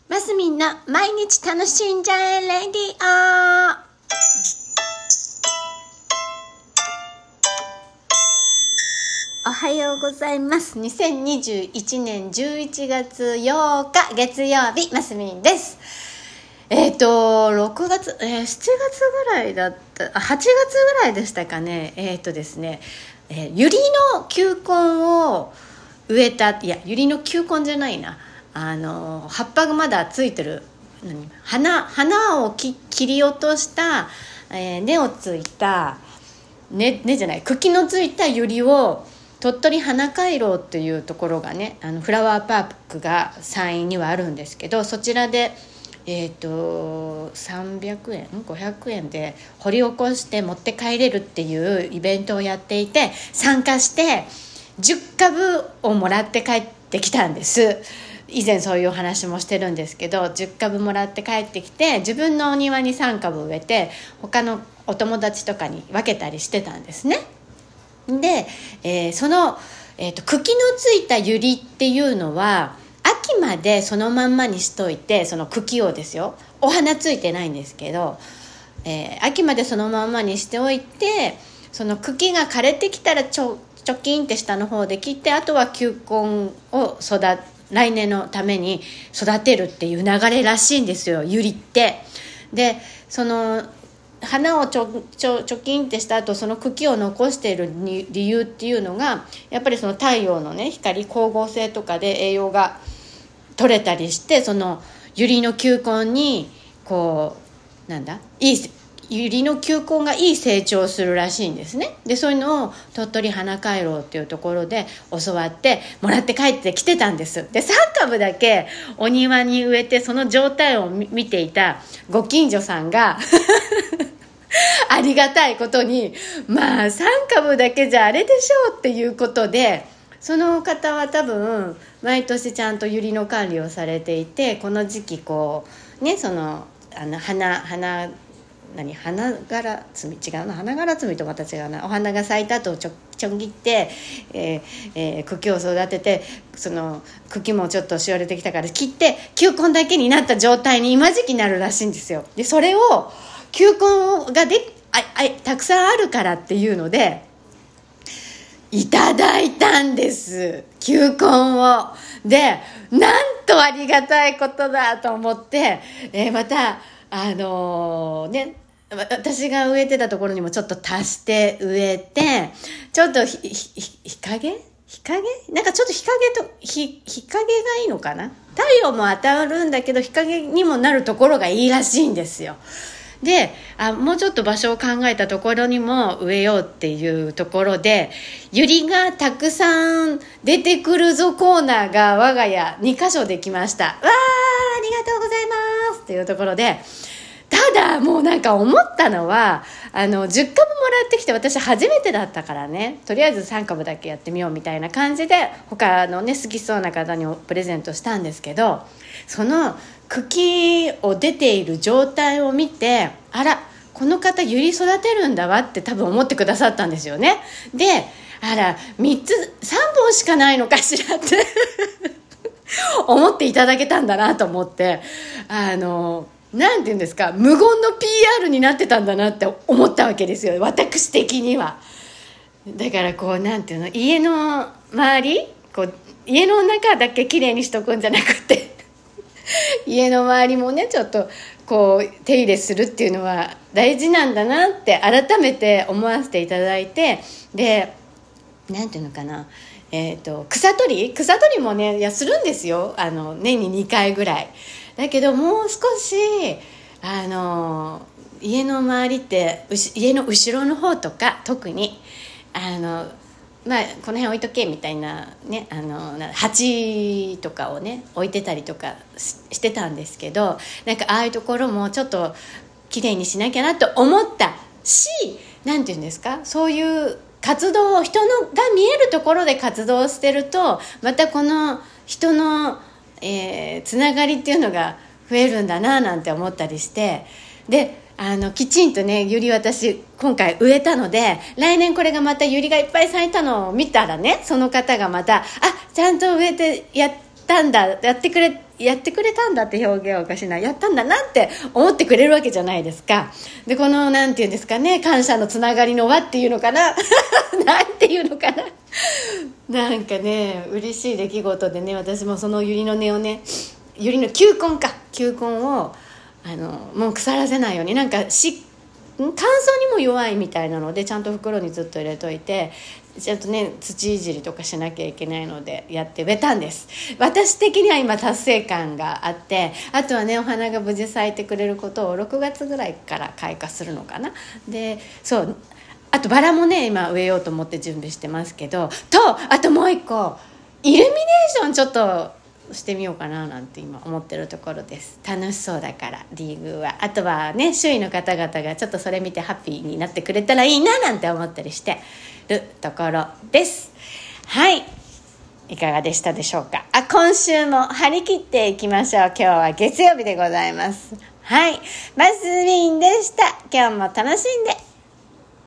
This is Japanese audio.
マスミンの毎日楽しんじゃえレディオ。おはようございます。2021年11月8日月曜日、マスミンです。6月、7月ぐらいだった、8月ぐらいでしたかね。ですね、ユリの球根を植えた、いや、ユリの球根じゃないな。葉っぱがまだついてる花を切り落とした、根をついた根じゃない茎のついたユリを鳥取花回廊っていうところがね、フラワーパークが山陰にはあるんですけど、そちらで300円500円で掘り起こして持って帰れるっていうイベントをやっていて、参加して10株をもらって帰ってきたんです。以前そういうお話もしてるんですけど、10株もらって帰ってきて、自分のお庭に3株植えて他のお友達とかに分けたりしてたんですね。で、その、茎のついたユリっていうのは秋までそのまんまにしといて、その茎をですよ、お花ついてないんですけど、秋までそのまんまにしておいて、その茎が枯れてきたらちょきんって下の方で切って、あとは球根を来年のために育てるっていう流れらしいんですよ、ユリって。で、その花をちょきんってした後、その茎を残している理由っていうのが、やっぱりその太陽のね、光光合成とかで栄養が取れたりして、そのユリの球根にこうユリの球根がいい成長するらしいんですね。で、そういうのを鳥取花回廊っていうところで教わってもらって帰ってきてたんです。で、3株だけお庭に植えて、その状態を見ていたご近所さんがありがたいことに、まあ3株だけじゃあれでしょうっていうことで、その方は多分毎年ちゃんとユリの管理をされていて、この時期こうね、その花柄摘み、違うな、花柄摘みとまた違うな、お花が咲いた後ちょん切って、茎を育てて、その茎もちょっとしおれてきたから切って球根だけになった状態に今時期になるらしいんですよ。で、それを球根がたくさんあるからっていうのでいただいたんです、球根を。で、なんとありがたいことだと思って、また私が植えてたところにもちょっと足して植えて、ちょっと日陰なんかちょっと日陰がいいのかな。太陽も当たるんだけど日陰にもなるところがいいらしいんですよ。で、もうちょっと場所を考えたところにも植えようっていうところで、ユリがたくさん出てくるぞコーナーが我が家2カ所できました。わー、ありがとうございますっていうところで、ただもうなんか思ったのは、10株もらってきて、私初めてだったからね、とりあえず3株だけやってみようみたいな感じで他のね、好きそうな方にプレゼントしたんですけど、その茎を出ている状態を見て、あら、この方ユリ育てるんだわって多分思ってくださったんですよね。で、あら、3本しかないのかしらって思っていただけたんだなと思って、なんて言うんですか、無言の PR になってたんだなって思ったわけですよ、私的には。だからこう、なんていうの、家の周り、こう家の中だけきれいにしとくんじゃなくて家の周りもね、ちょっとこう手入れするっていうのは大事なんだなって改めて思わせていただいて、で、なんていうのかな、草取りもね、するんですよ、年に2回ぐらい。だけどもう少し家の周りって家の後ろの方とか、特にこの辺置いとけみたいなね、鉢とかをね置いてたりとかしてたんですけど、なんかああいうところもちょっときれいにしなきゃなと思ったし、なんていうんですか、そういう活動を人のが見えるところで活動してると、またこの人のつながりっていうのが増えるんだななんて思ったりして、で、きちんとね、ユリ私今回植えたので、来年これがまたユリがいっぱい咲いたのを見たらね、その方がまたちゃんと植えてやったんだ、やってやってくれたんだって表現はおかしいな、やったんだなって思ってくれるわけじゃないですか。でこのなんていうんですかね、感謝のつながりの輪っていうのかななんていうのかななんかね嬉しい出来事でね、私もそのユリの根をね、ユリの球根をもう腐らせないように、なんか乾燥にも弱いみたいなのでちゃんと袋にずっと入れといて、ちゃんとね土いじりとかしなきゃいけないのでやって植えたんです。私的には今達成感があって、あとはねお花が無事咲いてくれることを6月ぐらいから開花するのかな。でそうあとバラもね今植えようと思って準備してますけど、あともう一個イルミネーションちょっとしてみようかななんて今思ってるところです。楽しそうだからリーグは。あとはね周囲の方々がちょっとそれ見てハッピーになってくれたらいいななんて思ったりしてるところです。はい、いかがでしたでしょうか。今週も張り切っていきましょう。今日は月曜日でございます。はい、マスミンでした。今日も楽しんで